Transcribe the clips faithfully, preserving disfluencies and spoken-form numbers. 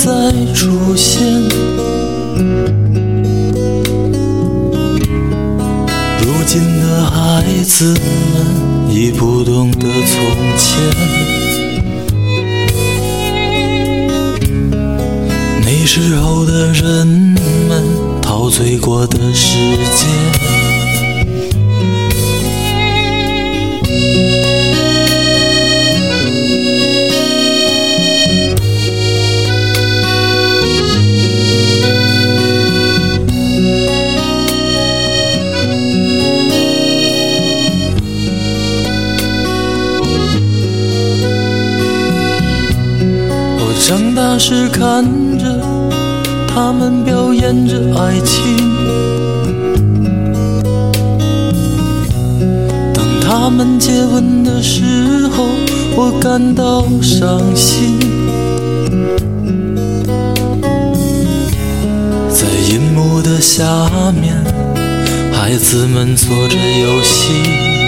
再出现。如今的孩子们已不懂得从前，那时候的人们陶醉过的世界，我长大时看着他们表演着爱情，当他们接吻的时候，我感到伤心。在银幕的下面，孩子们做着游戏，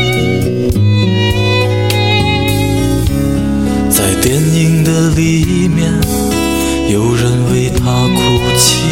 在电影的里面，有人为他哭泣。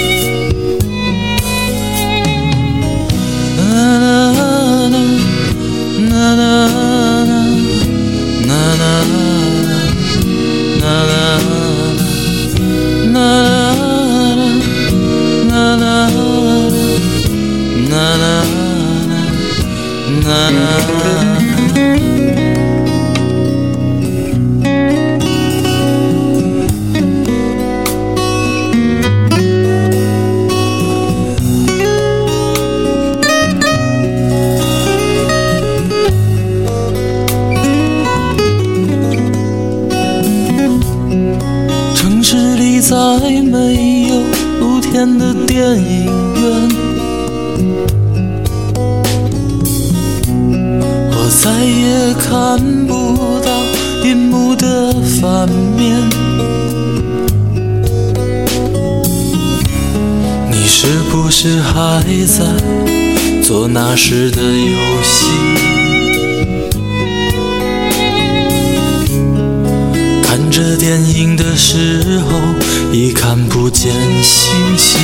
城市里再没有露天的电影院，我再也看不到银幕的反面。你是不是还在做那时的游戏？看着电影的时候，已看不见星星。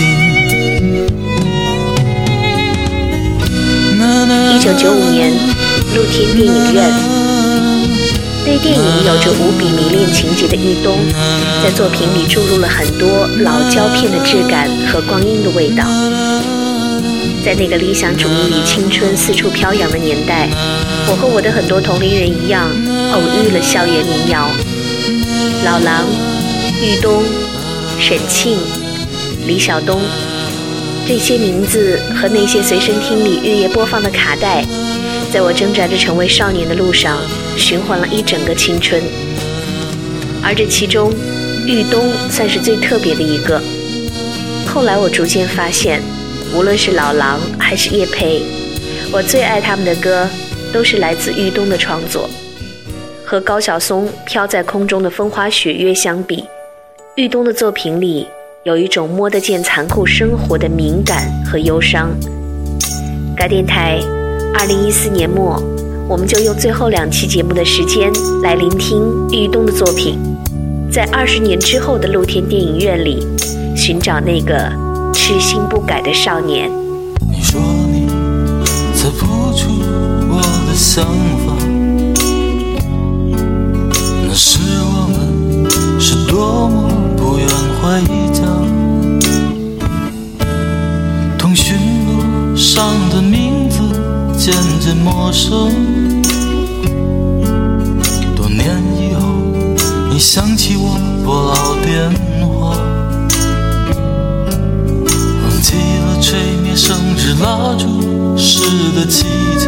一九九五年，露天电影院。对电影有着无比迷恋情节的玉东，在作品里注入了很多老胶片的质感和光阴的味道。在那个理想主义与青春四处飘扬的年代，我和我的很多同龄人一样，偶遇了校园民谣。老狼、玉东、沈庆、李晓东，这些名字和那些随身听里日夜播放的卡带，在我挣扎着成为少年的路上循环了一整个青春。而这其中，玉东算是最特别的一个。后来我逐渐发现，无论是老狼还是叶培，我最爱他们的歌都是来自玉东的创作。和高晓松飘在空中的风花雪月相比，玉东的作品里有一种摸得见残酷生活的敏感和忧伤。该电台二零一四年末，我们就用最后两期节目的时间来聆听玉东的作品，在二十年之后的露天电影院里寻找那个痴心不改的少年。 你说你猜不出我的想法，那时我们是多么不愿回家，通讯录上的名字渐渐陌生。多年以后你想起我拨老电话，忘记了吹灭生日蜡烛时的祈求，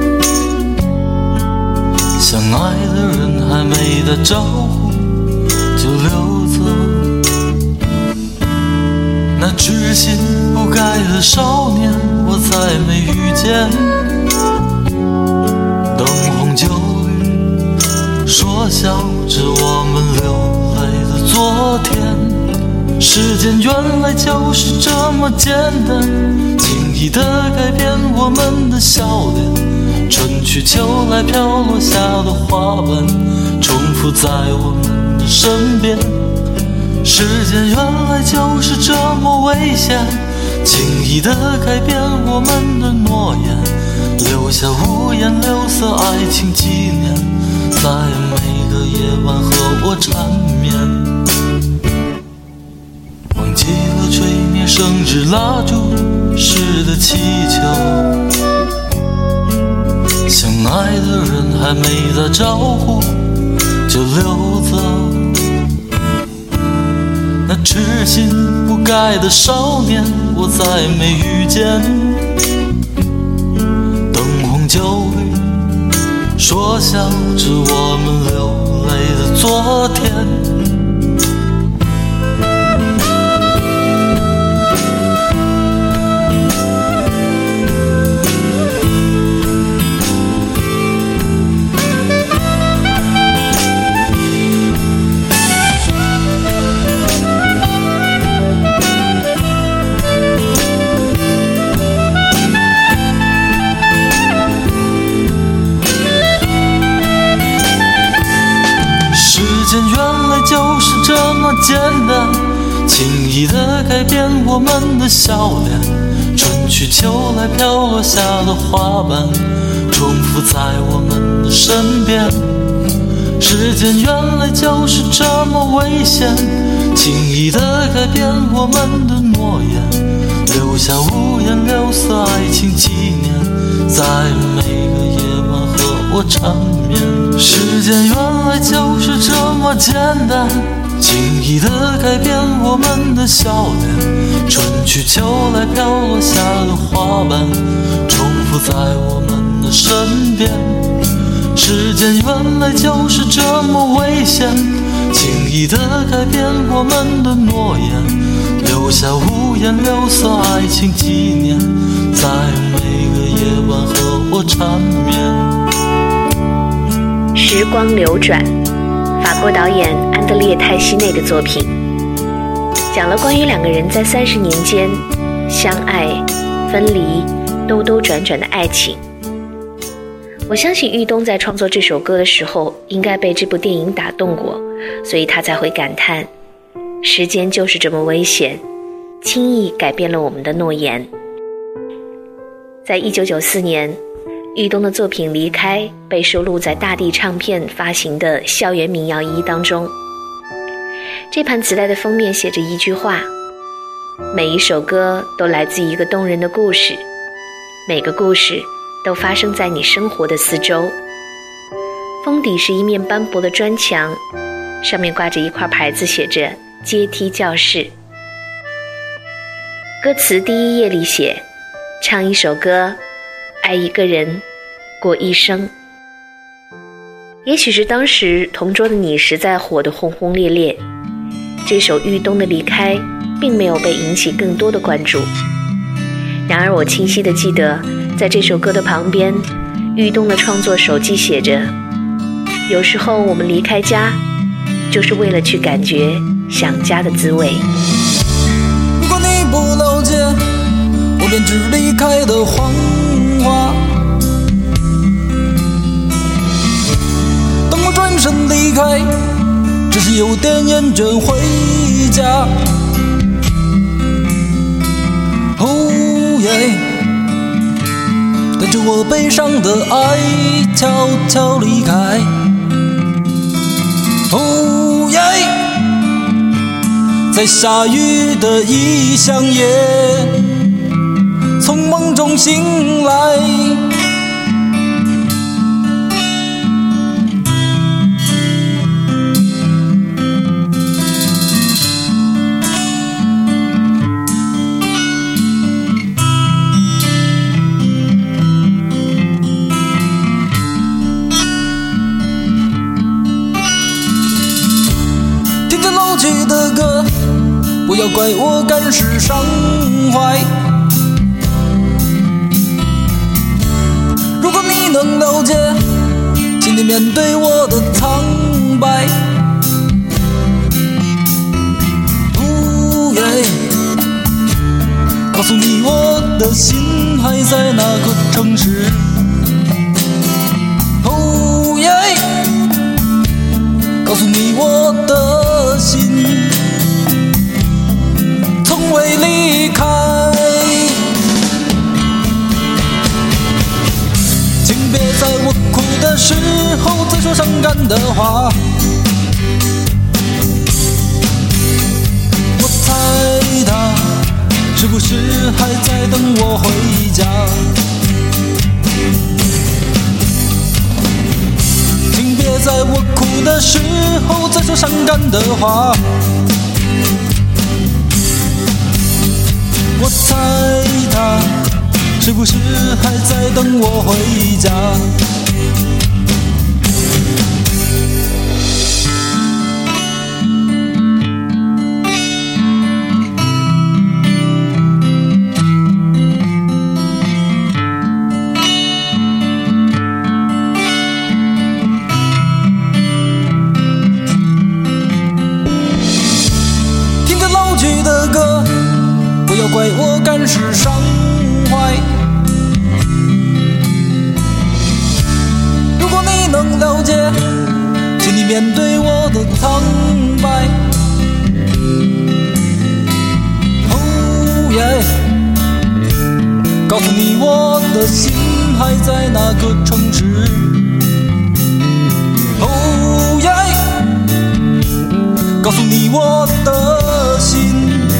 相爱的人还没打招呼就溜走。那痴心不改的少年我再没遇见，灯红酒绿说笑着我们流泪的昨天，时间原来就是这么简单，轻易地改变我们的笑脸，春去秋来飘落下的花瓣重复在我们的身边， 时间原来就是这么危险，轻易地改变我们的诺言，留下五颜六色爱情纪念，在每个夜晚和我缠绵。忘记了吹灭生日蜡烛时的气球，相爱的人还没打招呼就溜走，那痴心不改的少年我再没遇见。灯红酒绿说笑着我们流泪的昨天，就是这么简单，轻易地改变我们的笑脸，春去秋来飘落下的花瓣重复在我们的身边。时间原来就是这么危险，轻易地改变我们的诺言，留下五颜六色爱情纪念，在每个夜晚和我缠绵。时间原来就是这么简单，轻易地改变我们的笑脸，春去秋来飘落下的花瓣重复在我们的身边。时间原来就是这么危险，轻易地改变我们的诺言，留下五颜六色爱情纪念，在每个夜晚和我缠绵。 时光流转，法国导演安德烈泰西内的作品，讲了关于两个人在三十年间相爱、分离、兜兜转转的爱情。我相信玉东在创作这首歌的时候，应该被这部电影打动过，所以他才会感叹：时间就是这么危险，轻易改变了我们的诺言。在一九九四年，玉东的作品《离开》被收录在大地唱片发行的校园民谣一当中。这盘磁带的封面写着一句话：每一首歌都来自一个动人的故事，每个故事都发生在你生活的四周。封底是一面斑驳的砖墙，上面挂着一块牌子，写着阶梯教室。歌词第一页里写：唱一首歌，爱一个人，过一生。也许是当时同桌的你实在火得轰轰烈烈，这首玉东的离开并没有被引起更多的关注。然而我清晰地记得，在这首歌的旁边，玉东的创作手记写着：有时候我们离开家，就是为了去感觉想家的滋味。 如果你不了解我编织离开的谎话，当我转身离开，只是有点厌倦回家。哦耶，带着我悲伤的爱悄悄离开。哦耶，在下雨的异乡夜，从梦中醒来。听着老去的歌，不要怪我感时伤怀。如果你能了解，请你面对我的苍白。哦耶，告诉你我的心还在那个城市。哦耶，告诉你我的心请别在我哭的时候再说伤感的话。我猜他是不是还在等我回家？请别在我哭的时候再说伤感的话。我猜他是不是还在等我回家？听着老去的歌，不要怪我感时伤怀。如果你能了解，请你面对我的苍白。哦耶，告诉你我的心还在那个城市。哦耶，告诉你我的心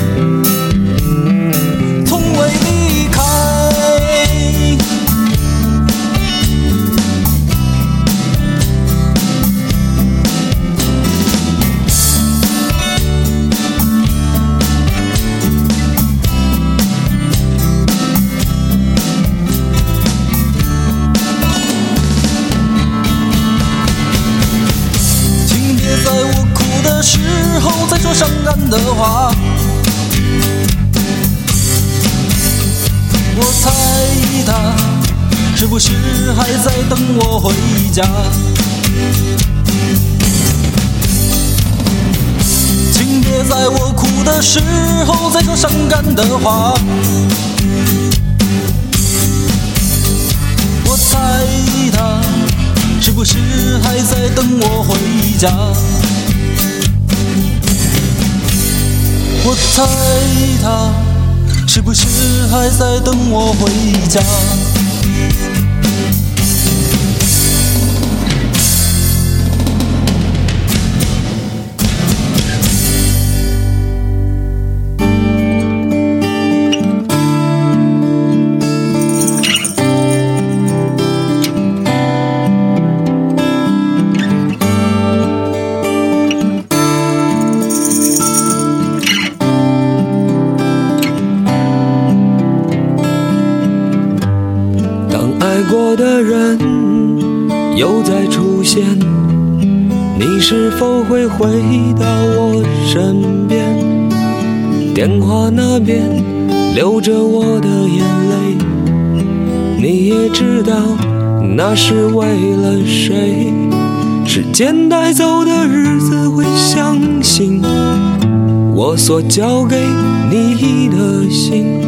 从未离开。请别在我哭的时候再说伤感的话。我猜他是不是还在等我回家？请别在我哭的时候再说伤感的话。我猜他是不是还在等我回家？我猜他是不是还在等我回家？ 爱过的人又再出现，你是否会回到我身边？电话那边流着我的眼泪，你也知道那是为了谁？时间带走的日子会相信我所交给你的心。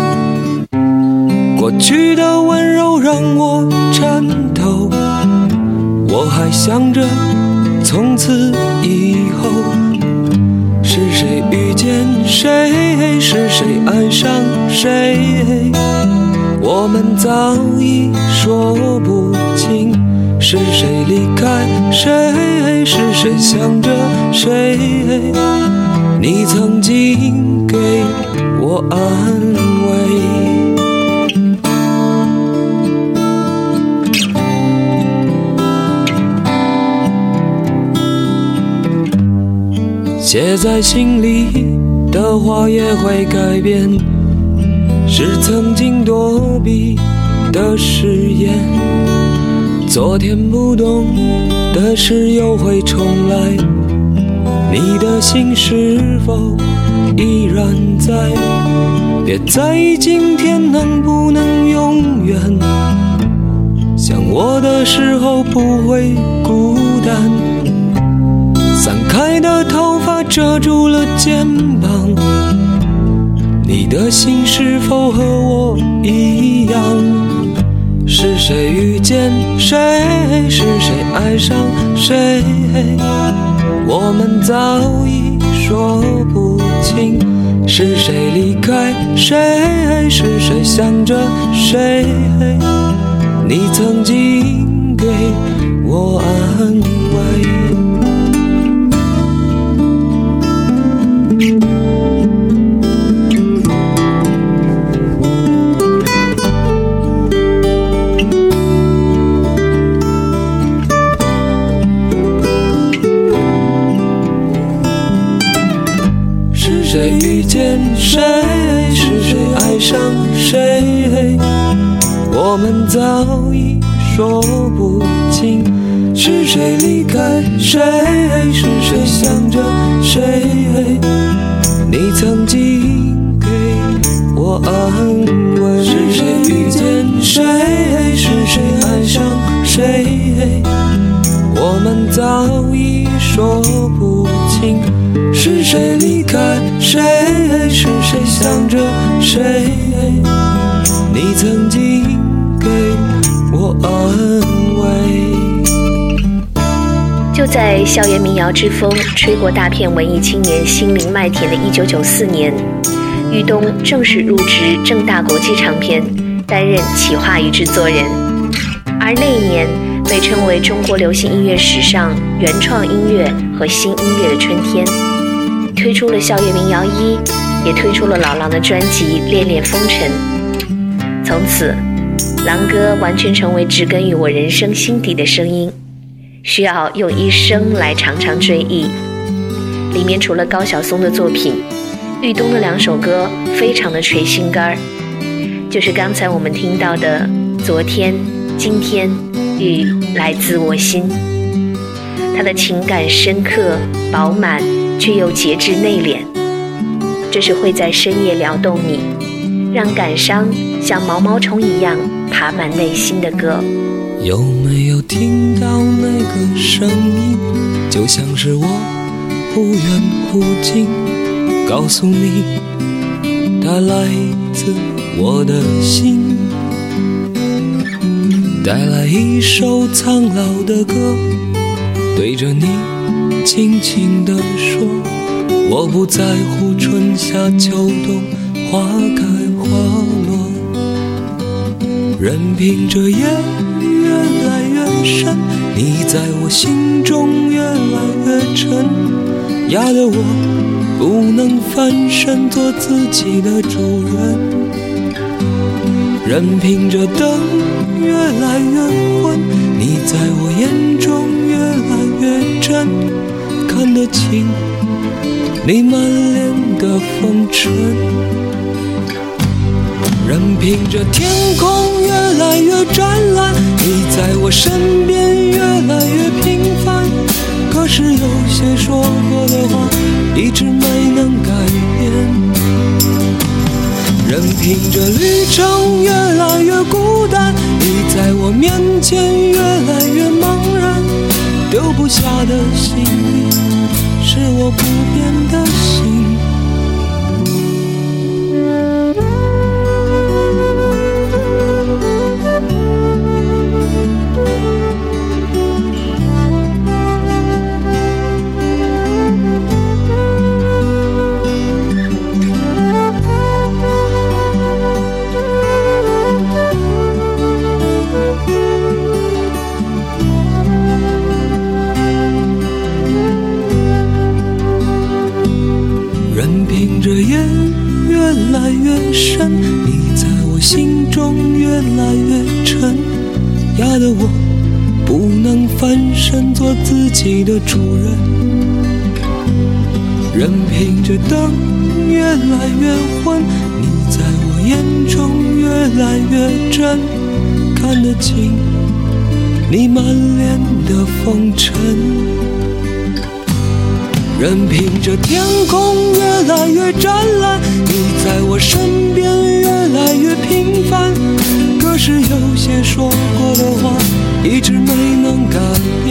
过去的温柔让我颤抖，我还想着从此以后是谁遇见谁，是谁爱上谁，我们早已说不清。是谁离开谁，是谁想着谁，你曾经给我安慰。写在心里的话也会改变，是曾经躲避的誓言。昨天不懂的事又会重来，你的心是否依然在？别在意今天能不能永远，想我的时候不会孤单。散开的头发遮住了肩膀，你的心是否和我一样？是谁遇见谁，是谁爱上谁，我们早已说不清。是谁离开谁，是谁想着谁， 你曾经给我安慰。是谁遇见谁，是谁爱上谁，我们早已说不清。是谁离开谁，是谁想着谁，你曾经给我安慰。是谁遇见谁，是谁爱上谁，我们早已说不清。是谁离开谁，是谁想着谁，你曾经给我安慰。 就在校园民谣之风吹过大片文艺青年心灵麦田的一九九四年，玉东正式入职正大国际唱片，担任企划与制作人。而那一年被称为中国流行音乐史上原创音乐和新音乐的春天，推出了校园民谣一，也推出了老狼的专辑《恋恋风尘》。从此狼哥完全成为植根于我人生心底的声音，需要用一生来常常追忆。里面除了高晓松的作品，玉东的两首歌非常的捶心肝，就是刚才我们听到的《昨天》《今天》与《来自我心》。他的情感深刻饱满，却又节制内敛，这是会在深夜撩动你，让感伤像毛毛虫一样爬满内心的歌。 有没有听到那个声音，就像是我忽远忽近，告诉你它来自我的心，带来一首苍老的歌，对着你轻轻地说，我不在乎春夏秋冬花开花落，任凭这夜越来越深，你在我心中越来越沉，压得我不能翻身做自己的主人，任凭这灯越来越昏，你在我眼中越来越真，看得清你满脸的风尘，任凭这天空越来越湛蓝，你在我身边越来越平凡，可是有些说过的话一直没能改变，任凭这旅程越来越孤单，你在我面前越来越茫然，丢不下的心是我不变的心。任凭这夜越来越深，你在我心中越来越沉，压得我不能翻身做自己的主人，任凭这灯越来越昏，你在我眼中越来越真，看得清你满脸的风尘，任凭这天空越来越湛蓝，你在我身边越来越平凡，可是有些说过的话一直没能改变，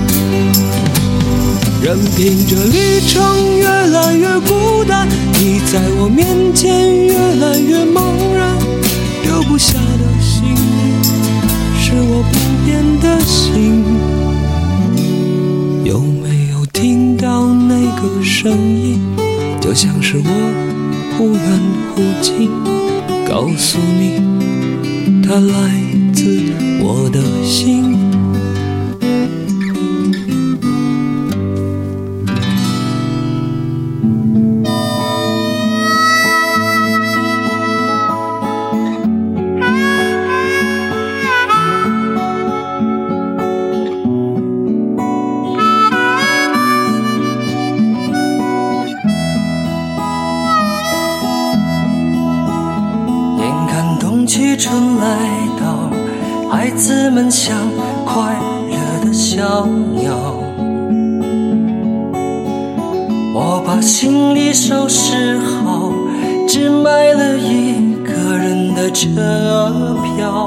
任凭这旅程越来越孤单，你在我面前越来越茫然，丢不下的心是我不变的心。有没有听到那个声音，就像是我忽远忽近，告诉你它来自我的心。气春来到，孩子们像快乐的小鸟。我把行李收拾好，只买了一个人的车票。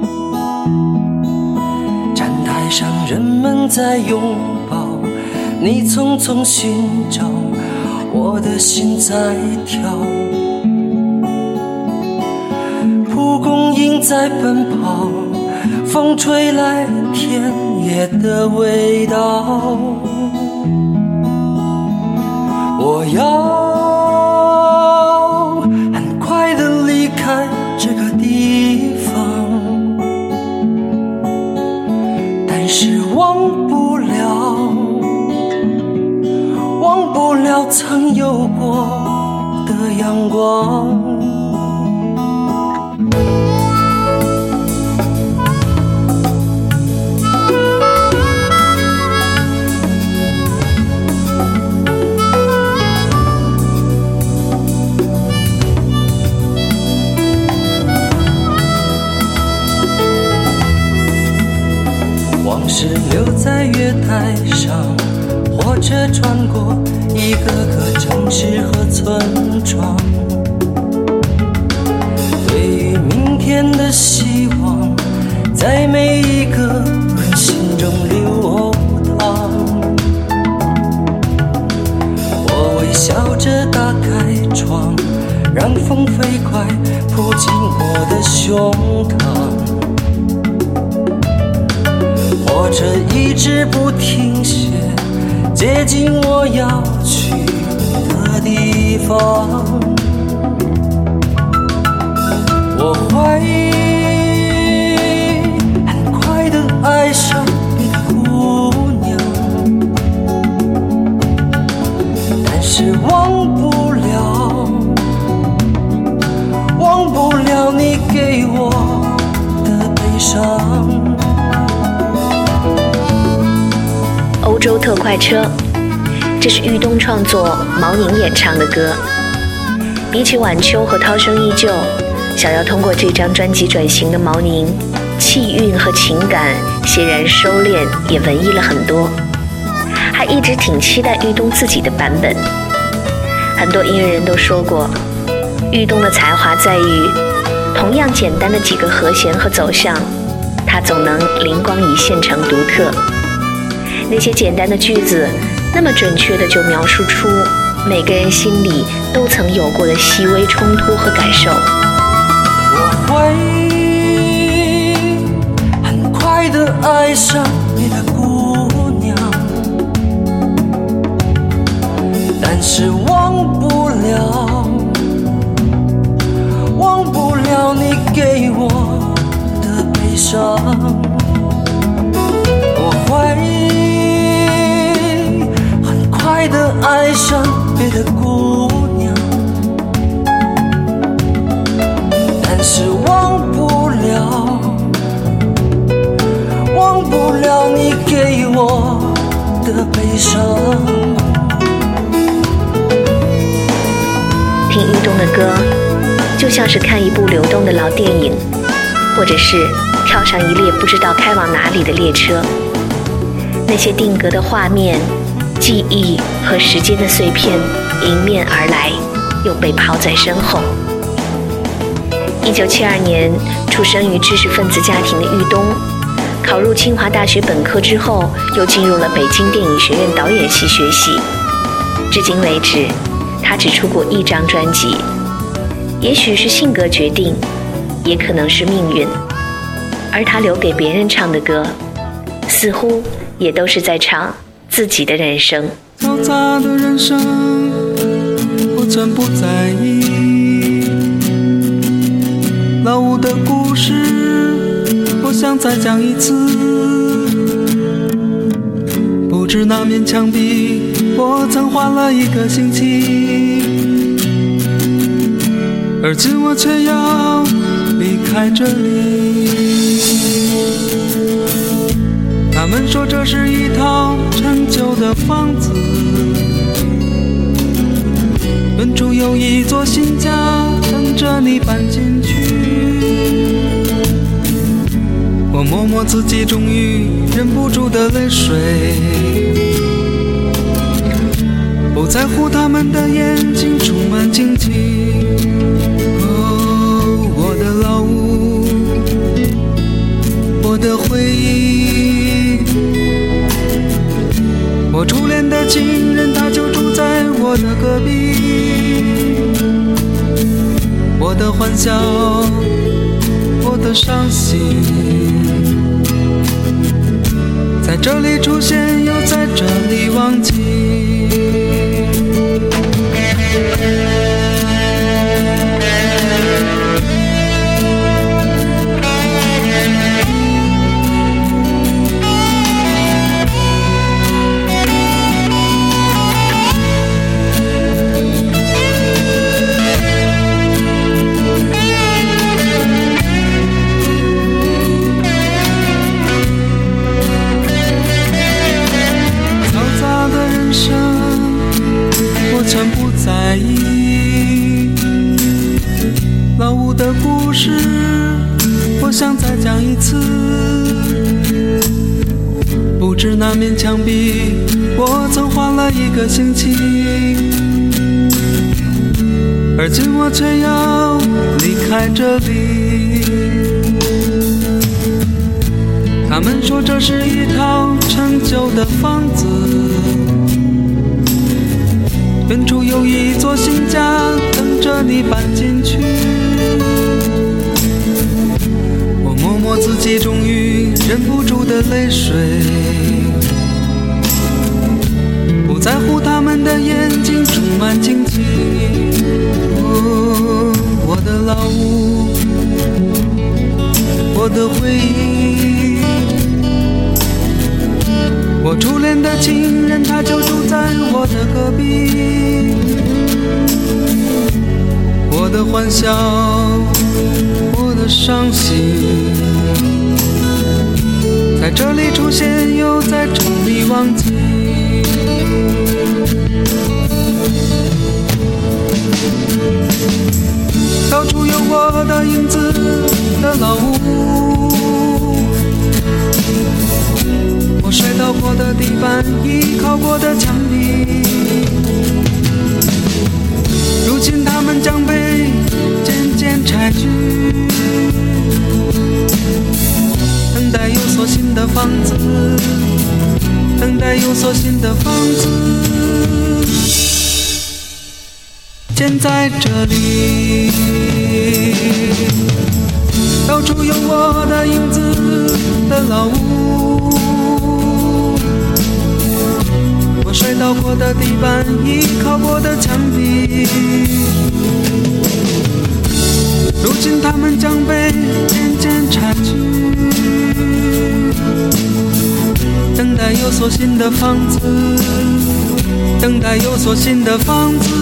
站台上人们在拥抱，你匆匆寻找，我的心在跳。蒲公英在奔跑，风吹来田野的味道。我要很快地离开这个地方，但是忘不了，忘不了曾有过的阳光。往事留在月台上，火车穿过一个个城市和村庄。对于明天的希望，在每一个人心中流淌。我微笑着打开窗，让风飞快扑进我的胸膛。火车一直不停歇，接近我要去的地方。我会很快地爱上你的姑娘，但是忘不了，忘不了你给我的悲伤。 欧洲特快车，这是玉东创作、毛宁演唱的歌。比起晚秋和涛声依旧，想要通过这张专辑转型的毛宁，气韵和情感显然收敛，也文艺了很多。还一直挺期待玉东自己的版本。很多音乐人都说过，玉东的才华在于，同样简单的几个和弦和走向，他总能灵光一现成独特。那些简单的句子，那么准确地就描述出每个人心里都曾有过的细微冲突和感受。 我会很快地爱上你的姑娘，但是忘不了，忘不了你给我的悲伤。我会快地爱上别的姑娘，但是忘不了，忘不了你给我的悲伤。 听玉东的歌，就像是看一部流动的老电影，或者是跳上一列不知道开往哪里的列车。那些定格的画面、记忆和时间的碎片迎面而来，又被抛在身后。一九七二年出生于知识分子家庭的玉东，考入清华大学本科之后，又进入了北京电影学院导演系学习。至今为止，他只出过一张专辑，也许是性格决定，也可能是命运。而他留给别人唱的歌，似乎也都是在唱自己的人生。 嘈杂的人生我真不在意，老屋的故事我想再讲一次。不知那面墙壁，我曾画了一个星期，而今我却要离开这里。他们说这是一套陈旧的房子，远处有一座新家等着你搬进去。我摸摸自己终于忍不住的泪水，不在乎他们的眼睛充满荆棘。哦，我的老屋，我的回忆，我初恋的情人他就住在我的隔壁。我的欢笑，我的伤心，在这里出现又在这里忘记。全不在意，老屋的故事我想再讲一次。不知那面墙壁我曾画了一个星期，而今我却要离开这里。他们说这是一套陈旧的房子，远处有一座新家等着你搬进去。我摸摸自己终于忍不住的泪水，不在乎他们的眼睛充满荆棘。哦，我的老屋，我的回忆，我初恋的情人他就住在我的隔壁。我的欢笑，我的伤心，在这里出现又在这里忘记。到处有我的影子的老屋，我摔倒过的地板，依靠过的墙壁，如今它们将被渐渐拆去，等待有所新的房子，等待有所新的房子建在这里。到处有我的影子的老屋，我摔倒过的地板，依靠过的墙壁，如今它们将被渐渐拆去，等待有所新的房子，等待有所新的房子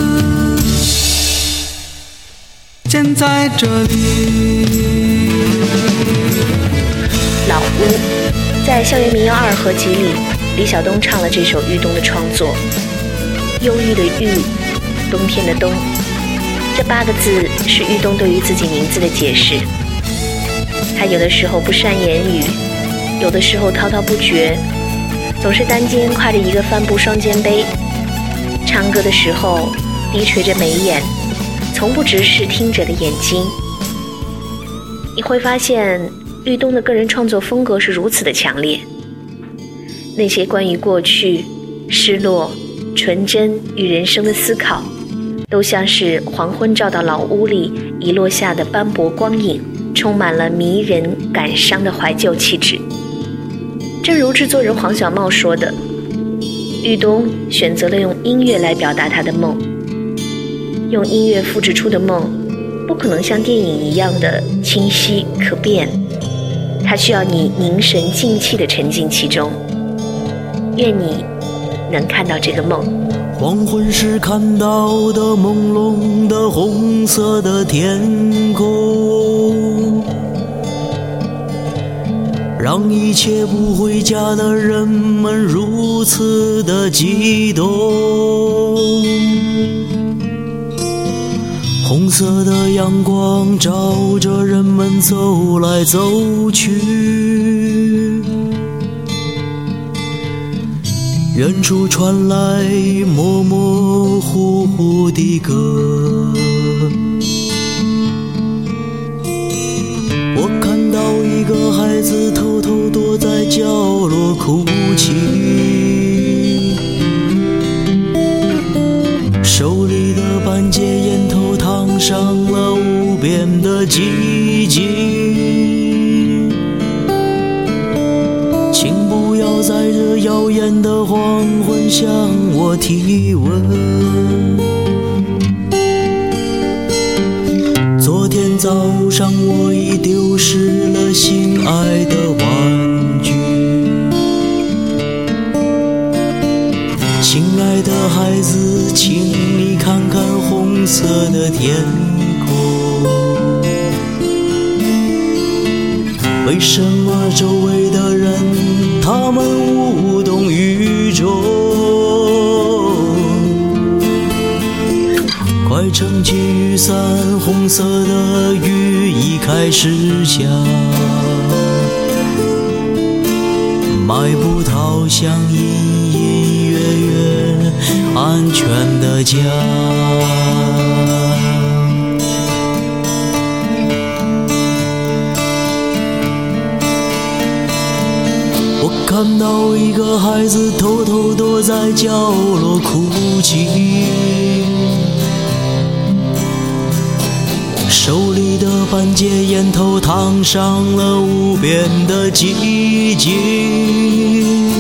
建在这里。 老屋，在校园民谣二合集里，李晓东唱了这首豫东的创作。忧郁的郁，冬天的冬，这八个字是豫东对于自己名字的解释。他有的时候不善言语，有的时候滔滔不绝，总是单肩挎着一个帆布双肩背，唱歌的时候低垂着眉眼，从不直视听者的眼睛。你会发现豫东的个人创作风格是如此的强烈，那些关于过去、失落、纯真与人生的思考，都像是黄昏照到老屋里遗落下的斑驳光影，充满了迷人感伤的怀旧气质。正如制作人黄小茂说的，豫东选择了用音乐来表达他的梦，用音乐复制出的梦不可能像电影一样的清晰可辨， 它需要你凝神静气地沉浸其中。愿你能看到这个梦。 黄昏时看到的朦胧的红色的天空，让一切不回家的人们如此的激动。红色的阳光照着人们走来走去，远处传来模模糊糊的歌。我看到一个孩子偷偷躲在角落哭泣，手里的半截烟头烫伤了无边的寂静。请不要在这耀眼的黄昏向我提问。昨天早上我已丢失了心爱的玩具。亲爱的孩子，请你看看红色的天空。为什么周围的人他们无动于衷？快撑起雨伞，红色的雨已开始下，迈步逃向隐隐约约安全的家。我看到一个孩子偷偷躲在角落哭泣，手里的半截烟头烫伤了无边的寂静。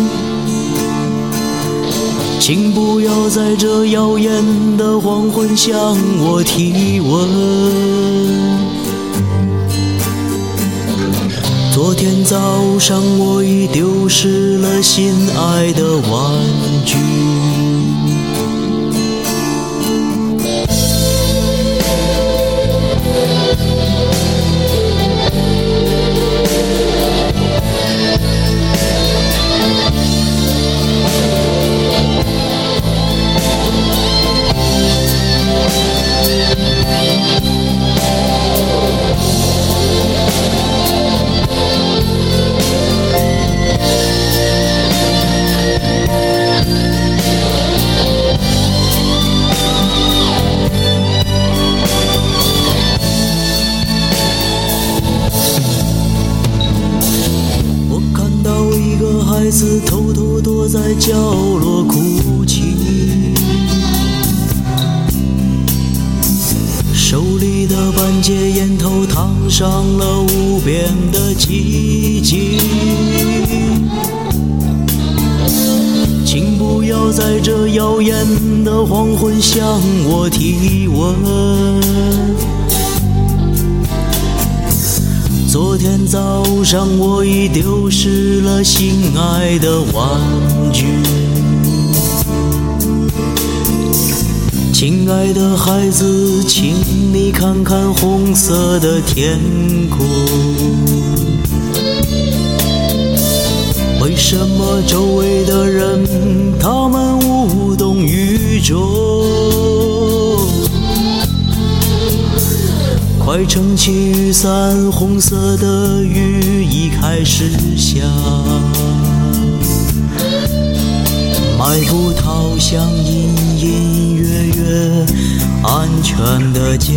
请不要在这耀眼的黄昏向我提问。昨天早上我已丢失了心爱的玩具。孩子偷偷躲在角落哭泣，手里的半截烟头烫伤了无边的寂静。请不要在这耀眼的黄昏向我提问。昨天早上我已丢失了心爱的玩具。亲爱的孩子，请你看看红色的天空。为什么周围的人他们无动于衷？快撑起雨伞，红色的雨已开始下，迈步逃向隐隐约约安全的家。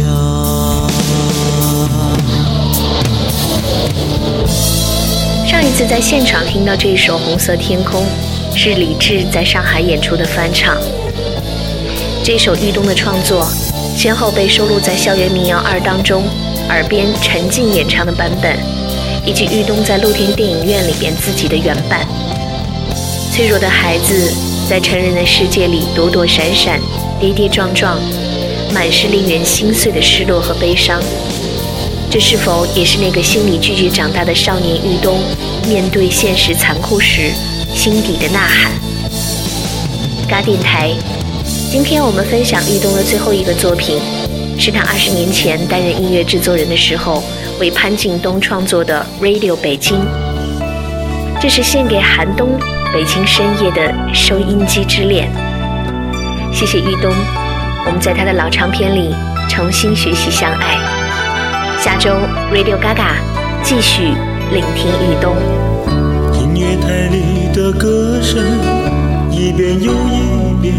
上一次在现场听到这一首《红色天空》，是李志在上海演出的翻唱。这首豫东的创作先后被收录在《校园民谣二》当中，耳边陈静演唱的版本，以及豫东在露天电影院里边自己的原版。脆弱的孩子在成人的世界里躲躲闪闪，跌跌撞撞，满是令人心碎的失落和悲伤。 这是否也是那个心里拒绝长大的少年玉东面对现实残酷时心底的呐喊？嘎电台，今天我们分享玉东的最后一个作品，是他二十年前担任音乐制作人的时候为潘劲东创作的《Radio 北京》。这是献给寒冬北京深夜的收音机之恋。谢谢玉东，我们在他的老唱片里重新学习相爱。下周 Radio Gaga 继续聆听玉东。 音乐台里的歌声一遍又一遍，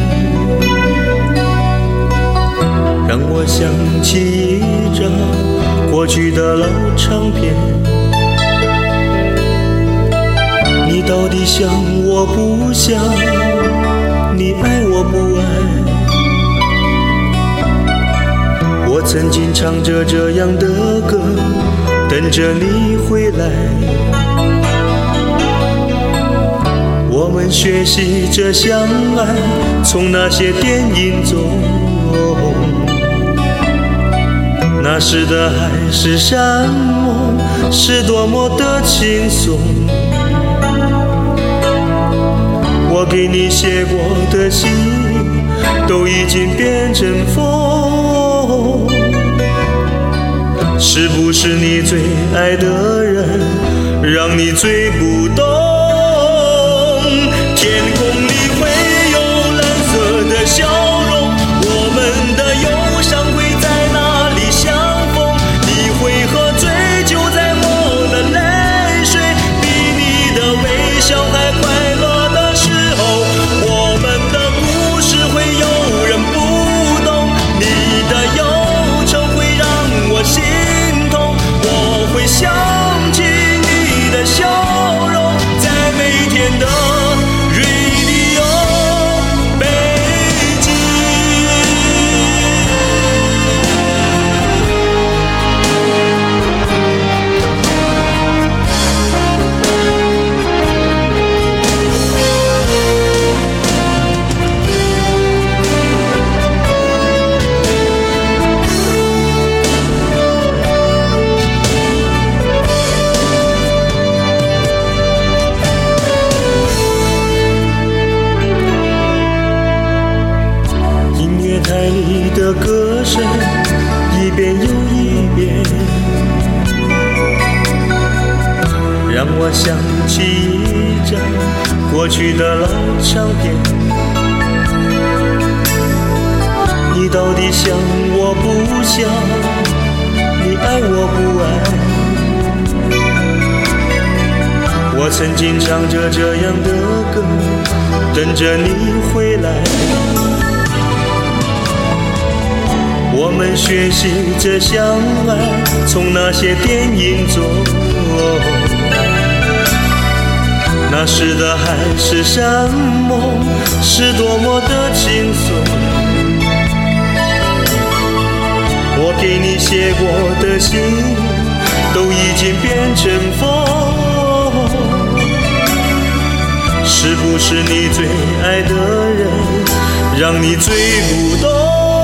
让我想起一张过去的老唱片。你到底想我不想，你爱我不爱，我曾经唱着这样的歌，等着你回来。我们学习着相爱，从那些电影中，那时的海誓山盟是多么的轻松。我给你写过的信都已经变成风，是不是你最爱的人让你最不懂？天空里会有蓝色的笑容，我们的忧伤会在哪里相逢？你会喝醉就在我的泪水，比你的微笑还快乐的时候，我们的故事会有人不懂，你的忧愁会让我心痛，我会想起你的笑容，在每天的的歌声一遍又一遍，让我想起一张过去的老唱片。你到底想我不想，你爱我不爱，我曾经唱着这样的歌，等着你回来。我们学习着相爱，从那些电影中，那时的海誓山盟是多么的轻松。我给你写过的信都已经变成风，是不是你最爱的人让你最不懂？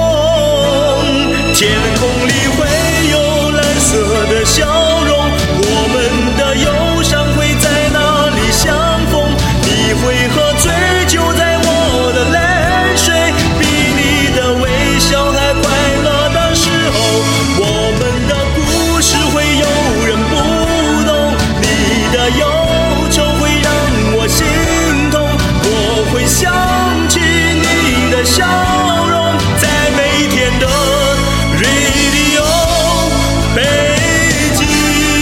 天空里会有蓝色的笑容，我们的忧伤会在哪里相逢？你会喝醉就在我的泪水，比你的微笑还快乐的时候，我们的故事会有人不懂，你的忧愁会让我心痛，我会想起你的笑容，在每天的Radio 北京。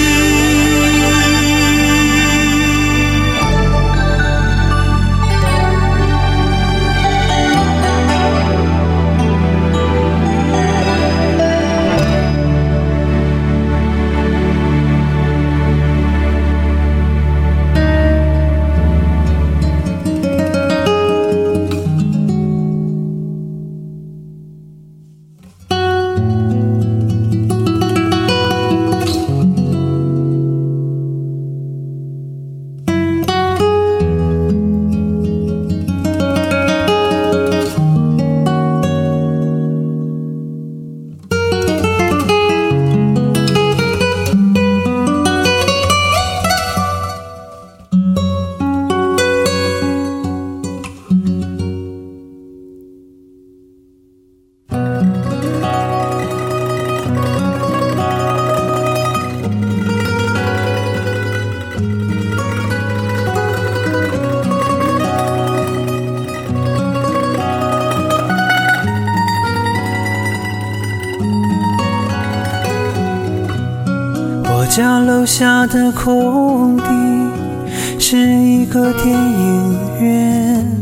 楼下的空地是一个电影院，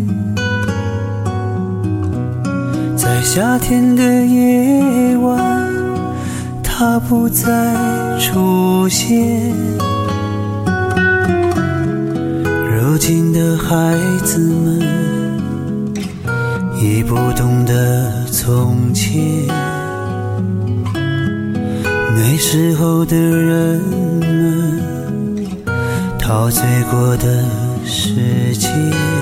在夏天的夜晚它不再出现。如今的孩子们已不懂得从前，那时候的人们陶醉过的世界。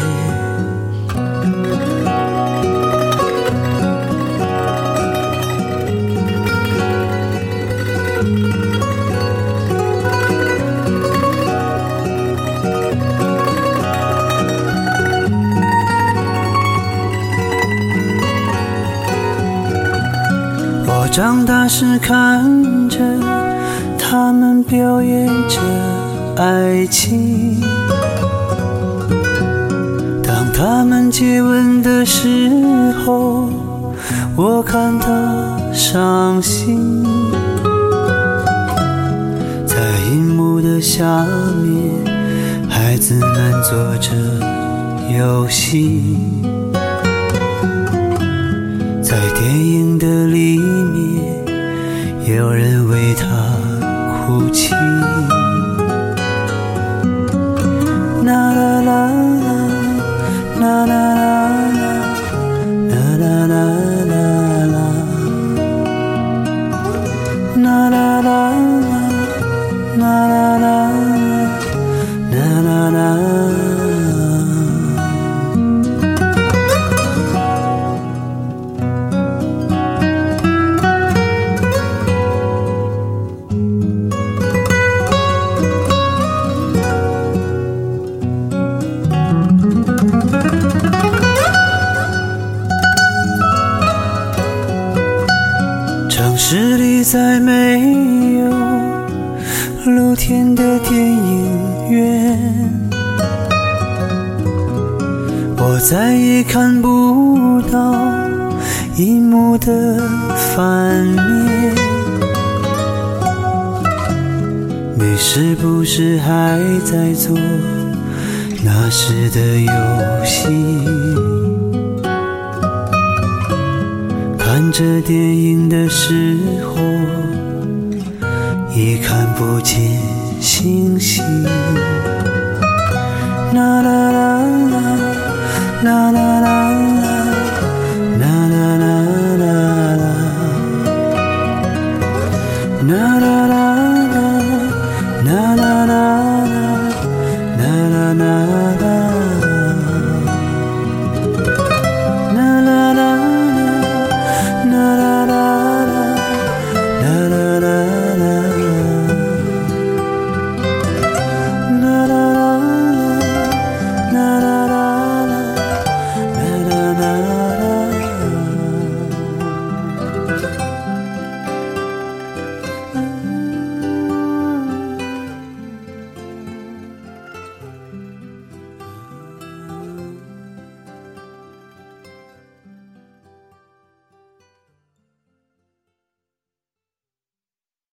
我长大时看着他们表演着爱情，当他们接吻的时候，我感到伤心。在荧幕的下面，孩子们做着游戏，在电影的里面，有人为他哭泣。啦啦啦啦啦啦啦啦啦啦啦啦啦啦啦啦啦啦。城市里再没有露天的电影院，我再也看不到荧幕的反面。你是不是还在做那时的游戏？看着电影的时候，已看不见星星。